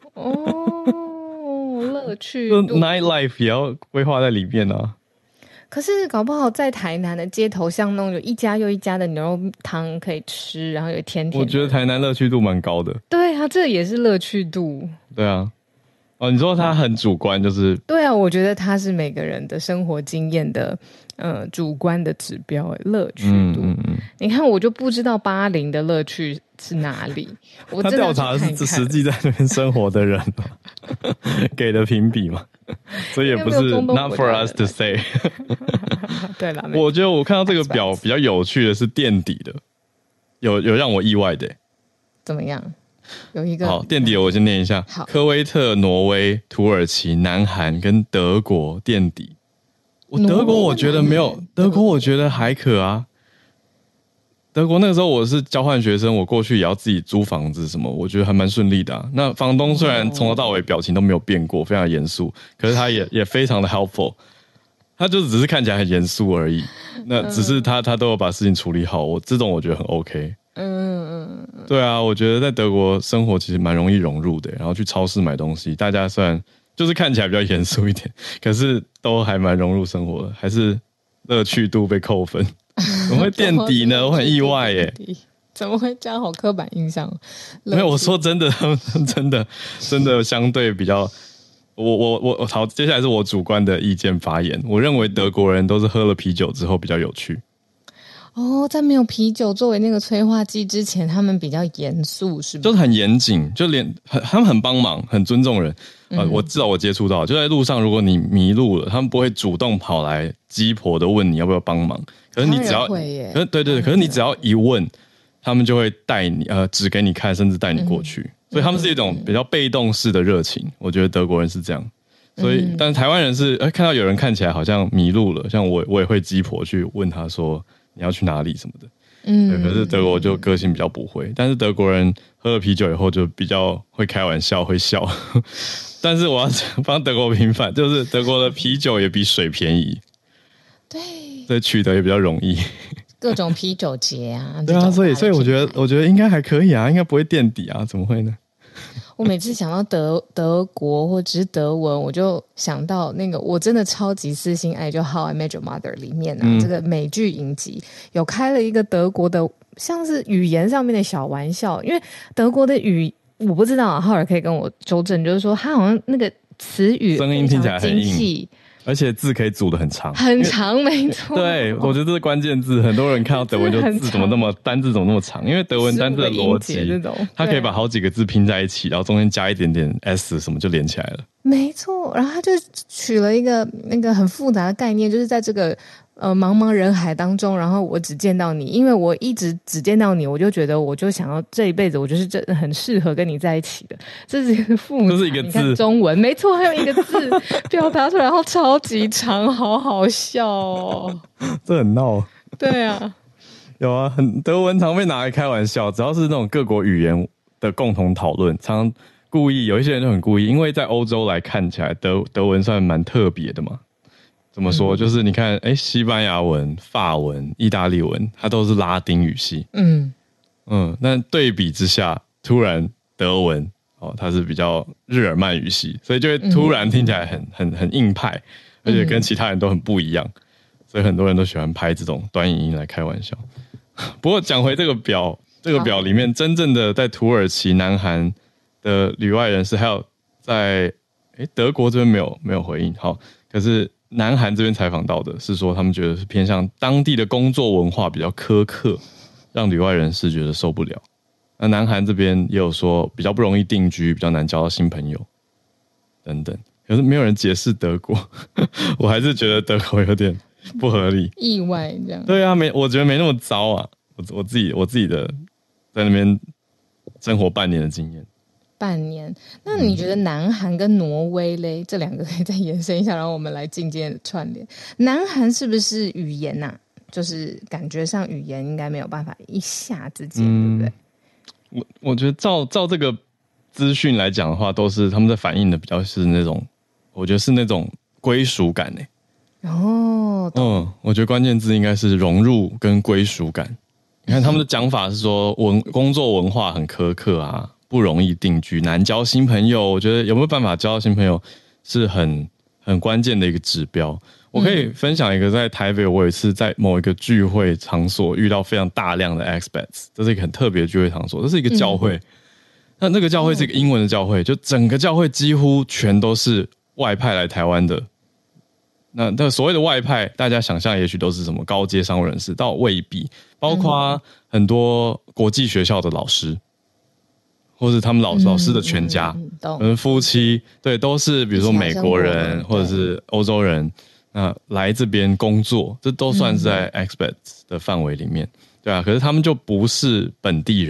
乐趣度 night life 也要规划在里面啊。 可是搞不好在台南的街头巷弄有一家又一家的牛肉汤可以吃，然后有甜甜。 我觉得台南乐趣度蛮高的。 对啊，这也是乐趣度。 对啊。你说它很主观，就是对啊，我觉得它是每个人的生活经验的主观的指标，乐趣度。你看，我就不知道巴林的乐趣是哪里。我他调查的是实际在那边生活的人给的评比嘛，所以也不是 not for us to say 对啦， 我觉得我看到这个表比较有趣的是垫底的，有让我意外的。 怎么样？ 有一个好垫底，我先念一下：科威特、挪威、土耳其、南韩跟德国垫底。德国我觉得没有，德国我觉得还可啊。德国那个时候我是交换学生，我过去也要自己租房子什么，我觉得还蛮顺利的啊。那房东虽然从头到尾表情都没有变过，非常严肃，可是他也非常的 helpful。他就只是看起来很严肃而已，那只是他都有把事情处理好，这种我觉得很 OK。对啊，我觉得在德国生活其实蛮容易融入的，然后去超市买东西，大家虽然就是看起来比较严肃一点，可是都还蛮融入生活的，还是乐趣度被扣分。怎么会垫底呢？我很意外耶。 怎么会这样？好刻板印象。 没有，我说真的，他们真的相对比较。我好，接下来是我主观的意见发言。我认为德国人都是喝了啤酒之后比较有趣。 哦，在没有啤酒作为那个催化剂之前，他们比较严肃，是吧？ 就是很严谨，就连他们很帮忙，很尊重人。我至少我接触到，就在路上，如果你迷路了，他们不会主动跑来鸡婆的问你要不要帮忙。可是你只要，对，可是你只要一问，他们就会带你指给你看，甚至带你过去。所以他们是一种比较被动式的热情，我觉得德国人是这样。所以，但是台湾人是看到有人看起来好像迷路了，像我也会鸡婆去问他说你要去哪里什么的。对，可是德国就个性比较不会，但是德国人喝了啤酒以后就比较会开玩笑，会笑。但是我要帮德国平反，就是德国的啤酒也比水便宜，对，所以取得也比较容易。 各种啤酒节啊， 对啊，所以我觉得应该还可以啊，应该不会垫底啊，怎么会呢？ 我每次想到德国或者是德文，我就想到那个我真的超级私心爱，就《How I Met Your Mother》里面啊，这个美剧影集有开了一个德国的，像是语言上面的小玩笑，因为德国的我不知道啊，浩尔可以跟我纠正，就是说他好像那个词语声音听起来很硬， 而且字可以组得很长， 很长，没错。 对，我觉得这是关键字。很多人看到德文就字怎么那么单字怎么那么长？因为德文单字的逻辑，它可以把好几个字拼在一起，然后中间加一点点 s 什么就连起来了。 没错，然后他就取了一个那个很复杂的概念，就是在这个茫茫人海当中，然后我只见到你，因为我一直只见到你，我就觉得我就想要这一辈子，我就是真的很适合跟你在一起的。这是一个复杂， 这是一个字， 你看中文没错，还有一个字表达出来，然后超级长，好好笑哦。 这很闹。 对啊， 有啊，德文常被拿来开玩笑，只要是那种各国语言的共同讨论，常故意有一些人就很故意，因为在欧洲来看起来德文算蛮特别的嘛。怎么说？就是你看，西班牙文、法文、意大利文，它都是拉丁语系。那对比之下，突然德文它是比较日耳曼语系，所以就会突然听起来很硬派，而且跟其他人都很不一样，所以很多人都喜欢拍这种短影音来开玩笑。不过讲回这个表里面，真正的在土耳其、南韩的旅外人士，还有在德国这边没有回应。好，可是南韩这边采访到的是说，他们觉得是偏向当地的工作文化比较苛刻，让旅外人士觉得受不了。那南韩这边也有说比较不容易定居，比较难交到新朋友等等。可是没有人解释德国，我还是觉得德国有点不合理， 意外这样。 对啊，我觉得没那么糟啊。我自己的在那边生活半年的经验。 半年，那你觉得南韩跟挪威嘞，这两个可以再延伸一下，然后我们来进阶的串联。南韩是不是语言啊？就是感觉上语言应该没有办法一下之间，对不对？ 我觉得照这个资讯来讲的话，都是他们在反映的比较是那种，我觉得是那种归属感我觉得关键字应该是融入跟归属感。你看他们的讲法是说工作文化很苛刻啊，不容易定居，难交新朋友。我觉得有没有办法交到新朋友是很关键的一个指标。我可以分享一个，在台北我有一次在某一个聚会场所遇到非常大量的 expats， 这是一个很特别的聚会场所，这是一个教会。那个教会是一个英文的教会，就整个教会几乎全都是外派来台湾的。那所谓的外派，大家想象也许都是什么高阶商务人士，倒未必，包括很多国际学校的老师，或是他们老师的全家，夫妻，对，都是比如说美国人或者是欧洲人，那来这边工作，这都算是在 expats 的范围里面，对啊。可是他们就不是本地人，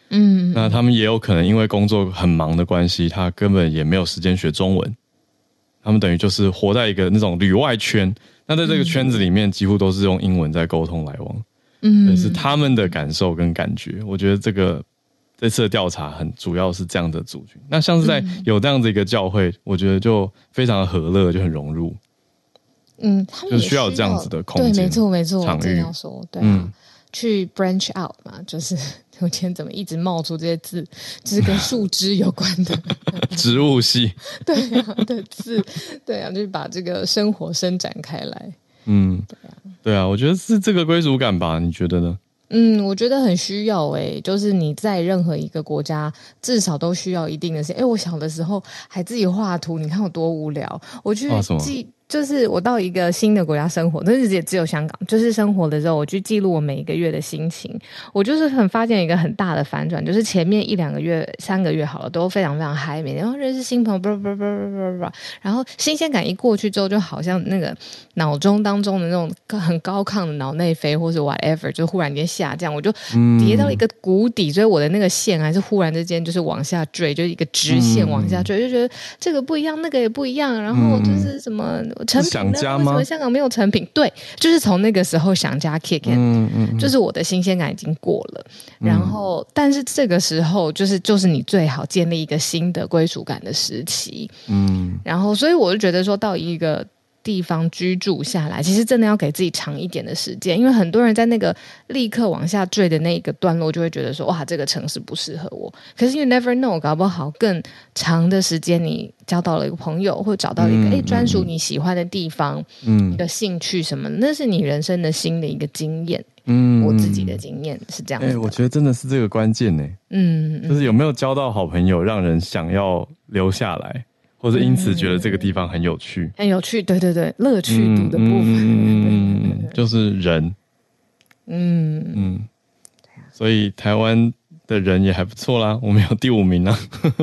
那他们也有可能因为工作很忙的关系，他根本也没有时间学中文，他们等于就是活在一个那种旅外圈，那在这个圈子里面几乎都是用英文在沟通来往，这是他们的感受跟感觉。我觉得这次的调查很主要是这样的族群，那像是在有这样子一个教会，我觉得就非常的和乐，就很融入。 他们也就需要这样子的空间， 对，没错没错， 场域这样说，对啊，去 branch out 嘛，就是我今天怎么一直冒出这些字，就是跟树枝有关的植物系， 对啊的字，对啊，就是把这个生活伸展开来。 对啊，我觉得是这个归属感吧，你觉得呢？ 我觉得很需要就是你在任何一个国家，至少都需要一定的时间。我小的时候还自己画图，你看我多无聊，我去就是我到一个新的国家生活，但是也只有香港，就是生活的时候，我去记录我每一个月的心情。我就是发现一个很大的反转，就是前面1-2个月、3个月好了，都非常非常嗨，每天认识新朋友，然后新鲜感一过去之后，就好像那个脑中当中的那种很高亢的脑内啡或是 whatever， 就忽然间下降，我就跌到一个谷底，所以我的那个线还是忽然之间就是往下坠，就是一个直线往下坠，就觉得这个不一样，那个也不一样，然后就是什么。成品呢？为什么香港没有成品？对，就是从那个时候想家 kick in，就是我的新鲜感已经过了。然后，但是这个时候就是你最好建立一个新的归属感的时期。然后，所以我就觉得说到一个地方居住下来，其实真的要给自己长一点的时间，因为很多人在那个立刻往下坠的那一个段落，就会觉得说哇，这个城市不适合我。可是 you never know， 搞不好更长的时间，你交到了一个朋友，或找到了一个专属你喜欢的地方，你的兴趣什么的，那是你人生的新的一个经验。我自己的经验是这样子的。 我觉得真的是这个关键呢。就是有没有交到好朋友，让人想要留下来。或者因此觉得这个地方很有趣， 很有趣，对对对，乐趣度的部分， 就是人，所以台湾的人也还不错啦，我们有第5名啦，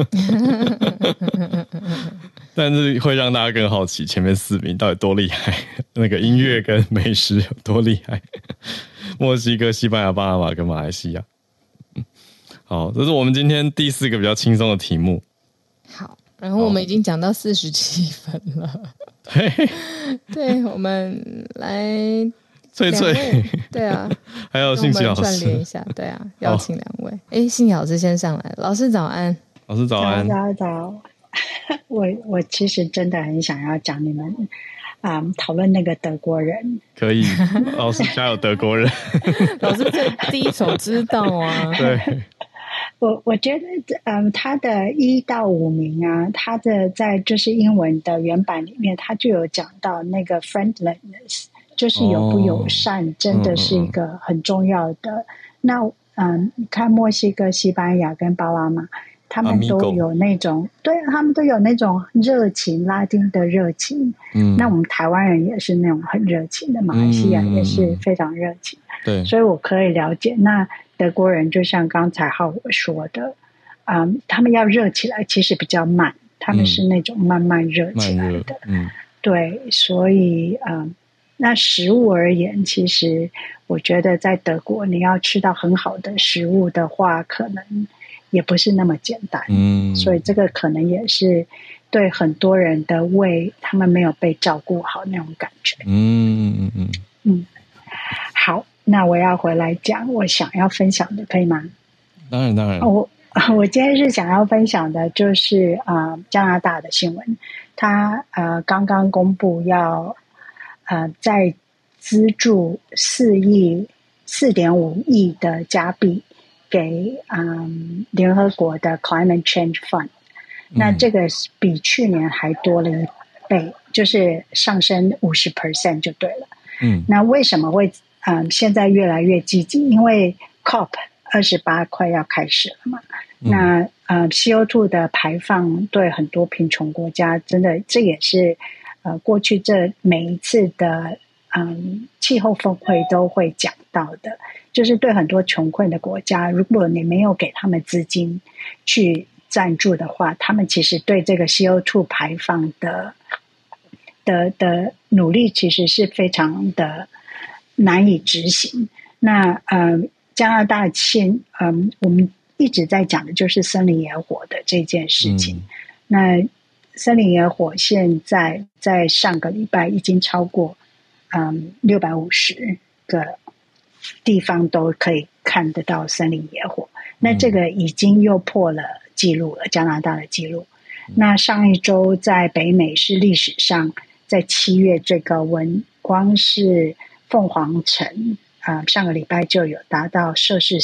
但是会让大家更好奇前面4名到底多厉害，那个音乐跟美食有多厉害，墨西哥、西班牙、巴拿马跟马来西亚。好，这是我们今天第4个比较轻松的题目。 好。然后我们已经讲到47分了，对，我们来翠翠， 对啊， 还有信奇老师串联一下，对啊，邀请2位。信奇老师先上来，老师早安， 老师早安， 早。我其实真的很想要讲你们讨论那个德国人， 可以，老师加油，德国人， 老师这第一手知道啊， 对。 我觉得，他的1到5名啊，他的在就是英文的原版里面，他就有讲到那个 friendliness， 就是友不友善，真的是一个很重要的。那你看墨西哥、西班牙跟巴拿马，他们都有那种，对，他们都有那种热情，拉丁的热情。那我们台湾人也是那种很热情的，马来西亚也是非常热情。 对， 所以我可以了解。那德国人就像刚才浩我说的，他们要热起来其实比较慢，他们是那种慢慢热起来的。对，所以那食物而言，其实我觉得在德国你要吃到很好的食物的话，可能也不是那么简单。所以这个可能也是对很多人的胃，他们没有被照顾好那种感觉。好，那我要回来讲我想要分享的，可以吗？ 当然。 我今天是想要分享的就是加拿大的新闻，他刚刚公布要再资助4.5亿的加币给联合国的 Climate Change Fund，那这个比去年还多了1倍，就是上升50% 就对了。那为什么会现在越来越积极？因为 COP28 快要开始了嘛。那CO2 的排放对很多贫穷国家真的，这也是过去这每一次的气候峰会都会讲到的，就是对很多穷困的国家，如果你没有给他们资金去赞助的话，他们其实对这个 CO2 排放的努力其实是非常的难以执行。那加拿大我们一直在讲的就是森林野火的这件事情。那森林野火现在在上个礼拜已经超过650个地方都可以看得到森林野火，那这个已经又破了记录了，加拿大的记录。那上一周在北美是历史上在7月最高温，光是凤凰城上个礼拜就有达到摄氏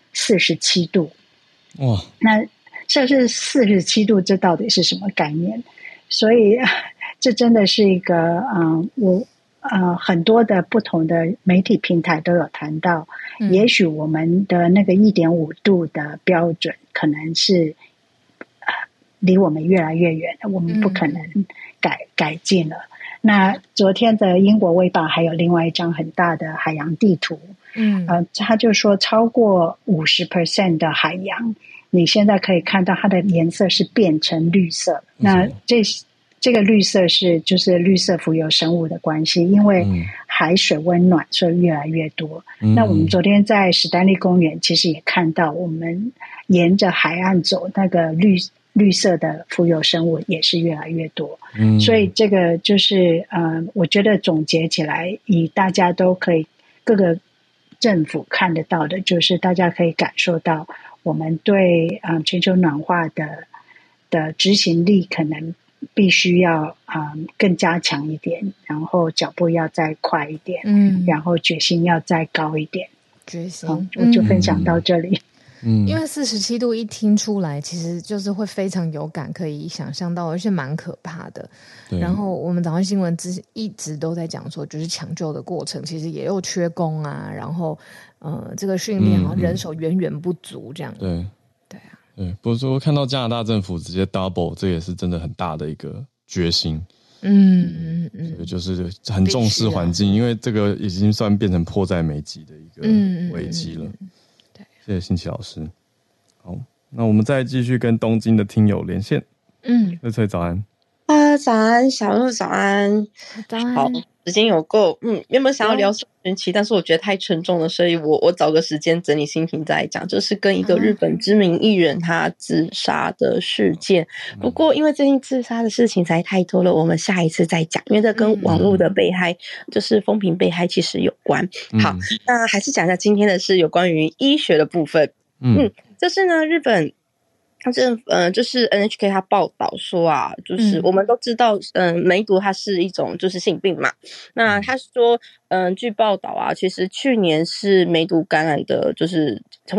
47度。哇！那摄氏47度，这到底是什么概念？所以这真的是一个很多的不同的媒体平台都有谈到，也许我们的那个1.5度的标准可能是离我们越来越远了，我们不可能改进了。那昨天的英国卫报还有另外一张很大的海洋地图，他就说超过50% 的海洋，你现在可以看到它的颜色是变成绿色。那这个绿色就是绿色浮游生物的关系，因为海水温暖，所以越来越多。那我们昨天在史丹利公园其实也看到，我们沿着海岸走，那个绿色的浮游生物也是越来越多。所以这个就是我觉得总结起来，以大家都可以各个政府看得到的，就是大家可以感受到我们对全球暖化的执行力可能必须要更加强一点，然后脚步要再快一点，然后决心要再高一点。 决心， 我就分享到这里。 因为47度一听出来，其实就是会非常有感，可以想象到，而且蛮可怕的。然后我们早上新闻一直都在讲说，就是抢救的过程其实也有缺工啊，然后这个训练好像人手远远不足这样。 对啊，对。不过说看到加拿大政府直接 double， 这也是真的很大的一个决心。所以就是很重视环境，因为这个已经算变成迫在眉睫的一个危机了。谢谢欣琪老师。好，那我们再继续跟东京的听友连线。翠翠早安。 早安，小鹿早安。 早安。 好，时间有够。原本想要聊社群期，但是我觉得太沉重了，所以我找个时间整理心情再讲。就是跟一个日本知名艺人他自杀的事件。不过因为最近自杀的事情实在太多了，我们下一次再讲，因为这跟网络的被害，就是风评被害其实有关。好，那还是讲一下今天的是有关于医学的部分。就是呢，日本就是 NHK 他报道说啊，就是我们都知道梅毒它是一种就是性病嘛。那他说据报道啊，其实去年是梅毒感染的，就是从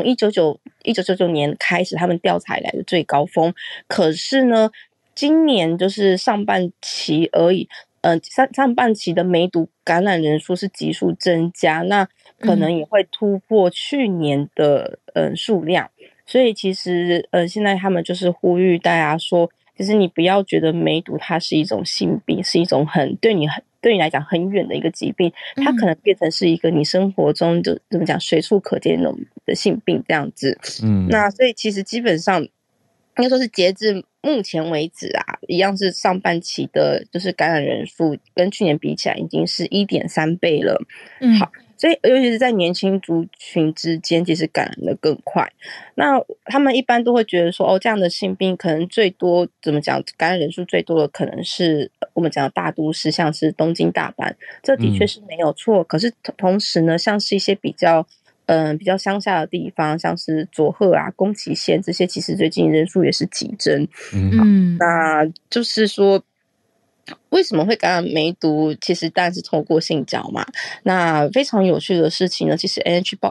1999年开始他们调查以来的最高峰。可是呢，今年就是上半期而已，上半期的梅毒感染人数是急速增加，那可能也会突破去年的数量。所以其实现在他们就是呼吁大家说，其实你不要觉得梅毒它是一种性病，是一种对你来讲很远的一个疾病，它可能变成是一个你生活中就怎么讲随处可见那种的性病这样子。那所以其实基本上应该说是截至目前为止啊，一样是上半期的就是感染人数跟去年比起来已经是 1.3 倍了。好，所以尤其是在年轻族群之间其实感染的更快。那他们一般都会觉得说这样的性病可能最多怎么讲，感染人数最多的可能是我们讲的大都市，像是东京大阪，这的确是没有错。可是同时呢，像是一些比较乡下的地方，像是佐贺啊、宫崎县这些，其实最近人数也是急增。那就是说为什么会感染梅毒，其实当然是透过性交嘛。那非常有趣的事情呢，其实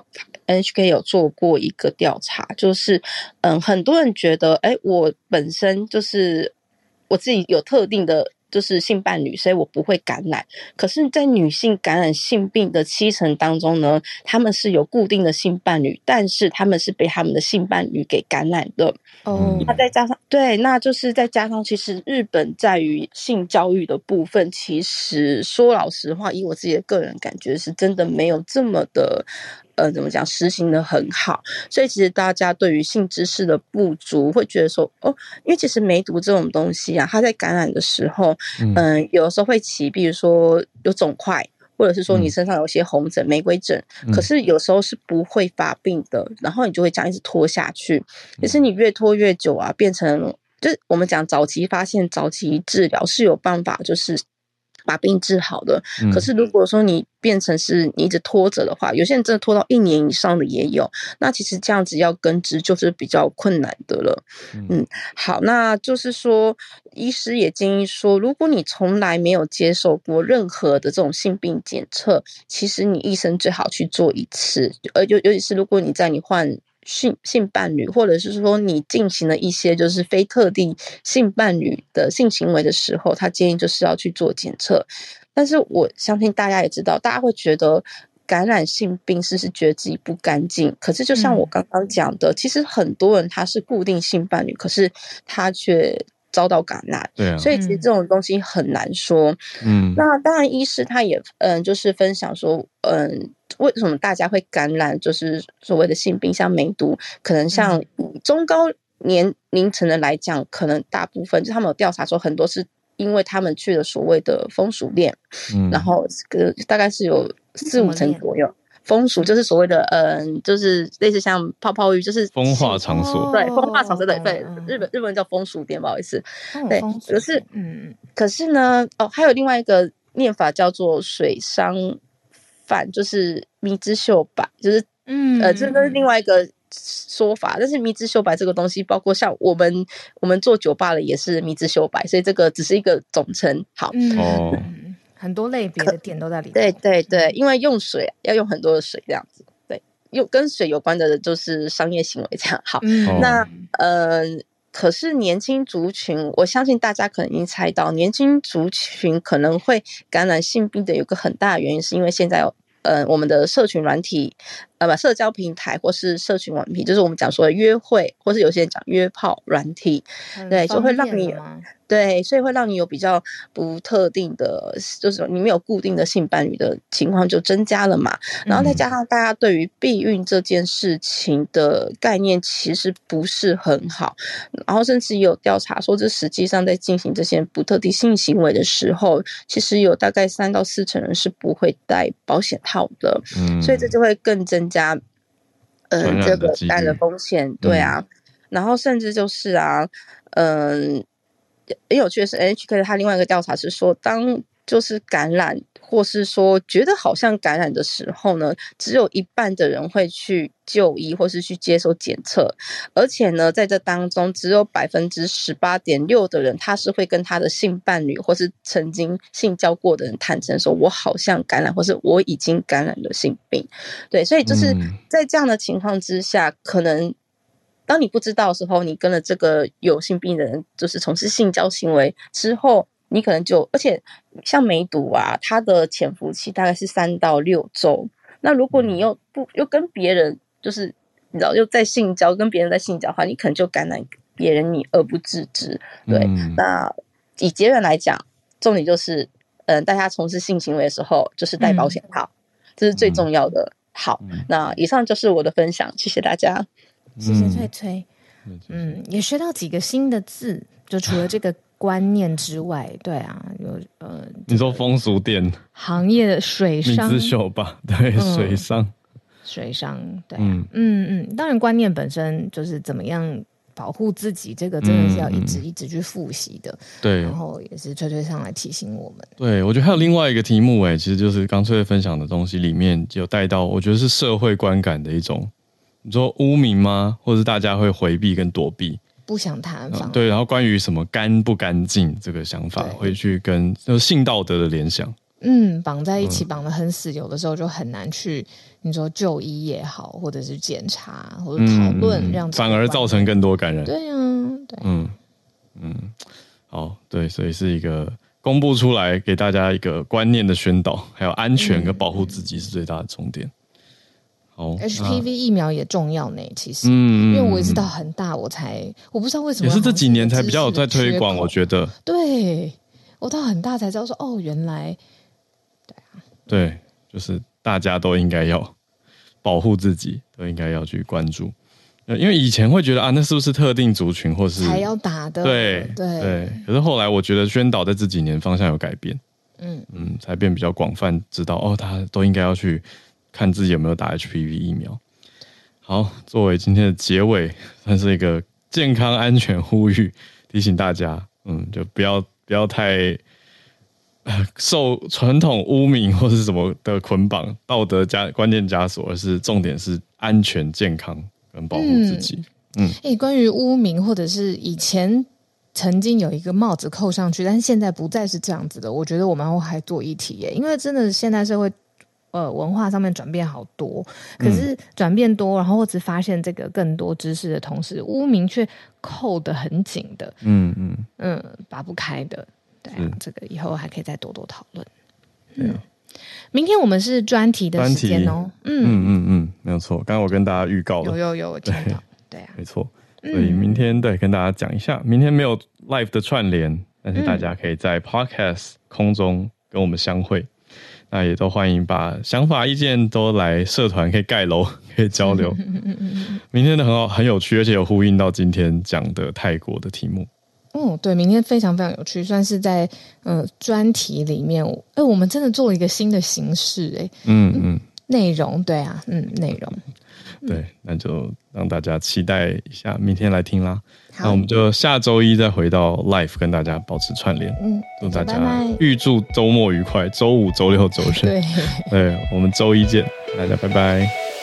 NHK 有做过一个调查，就是很多人觉得我本身就是我自己有特定的就是性伴侣，所以我不会感染。可是在女性感染性病的70%当中呢，他们是有固定的性伴侣，但是他们是被他们的性伴侣给感染的。那再加上那就是再加上其实日本在于性教育的部分，其实说老实话，以我自己的个人感觉是真的没有这么的怎么讲实行的很好。所以其实大家对于性知识的不足会觉得说因为其实梅毒这种东西啊，它在感染的时候有的时候会起比如说有肿块， 或者是说你身上有些红疹、玫瑰疹，可是有时候是不会发病的，然后你就会这样一直拖下去，可是你越拖越久啊，变成就是我们讲早期发现、早期治疗是有办法，就是把病治好的。可是如果说你变成是你一直拖着的话，有些人真的拖到1年以上的也有，那其实这样子要根治就是比较困难的了。好，那就是说医师也建议说，如果你从来没有接受过任何的这种性病检测，其实你一生最好去做一次，尤其是如果你在你患性伴侣，或者是说你进行了一些就是非特定性伴侣的性行为的时候，他建议就是要去做检测。但是我相信大家也知道，大家会觉得感染性病是觉得自己不干净，可是就像我刚刚讲的，其实很多人他是固定性伴侣，可是他却遭到感染， 对啊， 所以其实这种东西很难说。那当然医师他也就是分享说为什么大家会感染就是所谓的性病，像梅毒，可能像中高年龄层的来讲，可能大部分就他们有调查说很多是因为他们去了所谓的风俗恋，然后大概是有4-5成左右。风俗就是所谓的就是类似像泡泡浴，就是风化场所， 对，风化场所，对，日本人叫风俗店，不好意思，对，可是呢，还有另外一个念法叫做水商饭，就是迷之秀白，就是这个是另外一个说法，但是迷之秀白这个东西，包括像我们做酒吧的也是迷之秀白，所以这个只是一个总称。好， 很多类别的店都在里面。 对对对，因为用水要用很多的水这样子，对，跟水有关的就是商业行为这样。好，那可是年轻族群，我相信大家可能已经猜到，年轻族群可能会感染性病的有个很大的原因，是因为现在有我们的社群软体社交平台或是社群软体，就是我们讲说的约会，或是有些人讲约炮软体，对，就会让你对，所以会让你有比较不特定的，就是你没有固定的性伴侣的情况就增加了嘛。然后再加上大家对于避孕这件事情的概念其实不是很好，然后甚至也有调查说，这实际上在进行这些不特定性行为的时候，其实有大概3到4成人是不会戴保险套的，所以这就会更增加这个感染的风险，对啊。然后甚至就是很有趣的是 NHK 他另外一个调查是说，当就是感染或是说觉得好像感染的时候呢，只有1半的人会去就医或是去接受检测，而且呢在这当中只有 18.6% 的人他是会跟他的性伴侣或是曾经性交过的人坦诚说我好像感染或是我已经感染了性病。对，所以就是在这样的情况之下，可能当你不知道的时候，你跟了这个有性病的人就是从事性交行为之后，你可能就，而且像梅毒啊，它的潜伏期大概是3到6周。那如果你又跟别人就是你知道又在性交跟别人在性交的话，你可能就感染别人你而不自知。对，那以结论来讲，重点就是大家从事性行为的时候就是戴保险套，这是最重要的。好，那以上就是我的分享，谢谢大家。 谢谢翠翠。也学到几个新的字，就除了这个观念之外，对啊，有你说风俗店行业的水商， 名字秀吧，对，水商， 对啊，当然观念本身就是怎么样保护自己，这个真的是要一直去复习的。 对， 然后也是翠翠上来提醒我们。 对，我觉得还有另外一个题目，其实就是刚翠翠分享的东西里面有带到，我觉得是社会观感的一种。你说污名吗？或者是大家会回避跟躲避， 不想谈对，然后关于什么干不干净这个想法，会去跟性道德的联想， 绑在一起，绑得很死，有的时候就很难去，你说就医也好，或者是检查或者讨论，这样子反而造成更多感染。 对啊，对， 好，对，所以是一个公布出来给大家一个观念的宣导，还有安全跟保护自己是最大的重点。 HPV 疫苗也重要呢，其实，因为我一直到很大我不知道为什么， 也是这几年才比较有在推广，我觉得， 对，我到很大才知道说，原来，对啊， 对，就是大家都应该要保护自己，都应该要去关注，因为以前会觉得那是不是特定族群或是才要打的， 对，可是后来我觉得宣导在这几年方向有改变。 才变比较广泛，知道大家都应该要去看自己有没有打 HPV 疫苗。好，作为今天的结尾，算是一个健康安全呼吁，提醒大家，就不要太受传统污名或是什么的捆绑、道德观念枷锁，而是重点是安全、健康跟保护自己。 关于污名或者是以前曾经有一个帽子扣上去，但是现在不再是这样子的，我觉得我们还做一题耶，因为真的现在社会文化上面转变好多，可是转变多，然后我只发现这个更多知识的同时，污名却扣得很紧的，拔不开的。对啊，这个以后还可以再多多讨论。明天我们是专题的时间哦。 没有错。刚刚我跟大家预告了， 有我听到。对啊， 没错。所以明天跟大家讲一下，明天没有 live 的串联，但是大家可以在 podcast 空中跟我们相会。那也都欢迎把想法意见都来社团，可以盖楼，可以交流。明天的很有趣，而且有呼应到今天讲的泰国的题目。 对，明天非常非常有趣，算是在专题里面，我们真的做了一个新的形式，内容，对啊，内容。 对，那就让大家期待一下，明天来听啦。那我们就下周一再回到 live 跟大家保持串联。祝大家预祝周末愉快，周五、周六、周日。对，我们周一见，大家拜拜。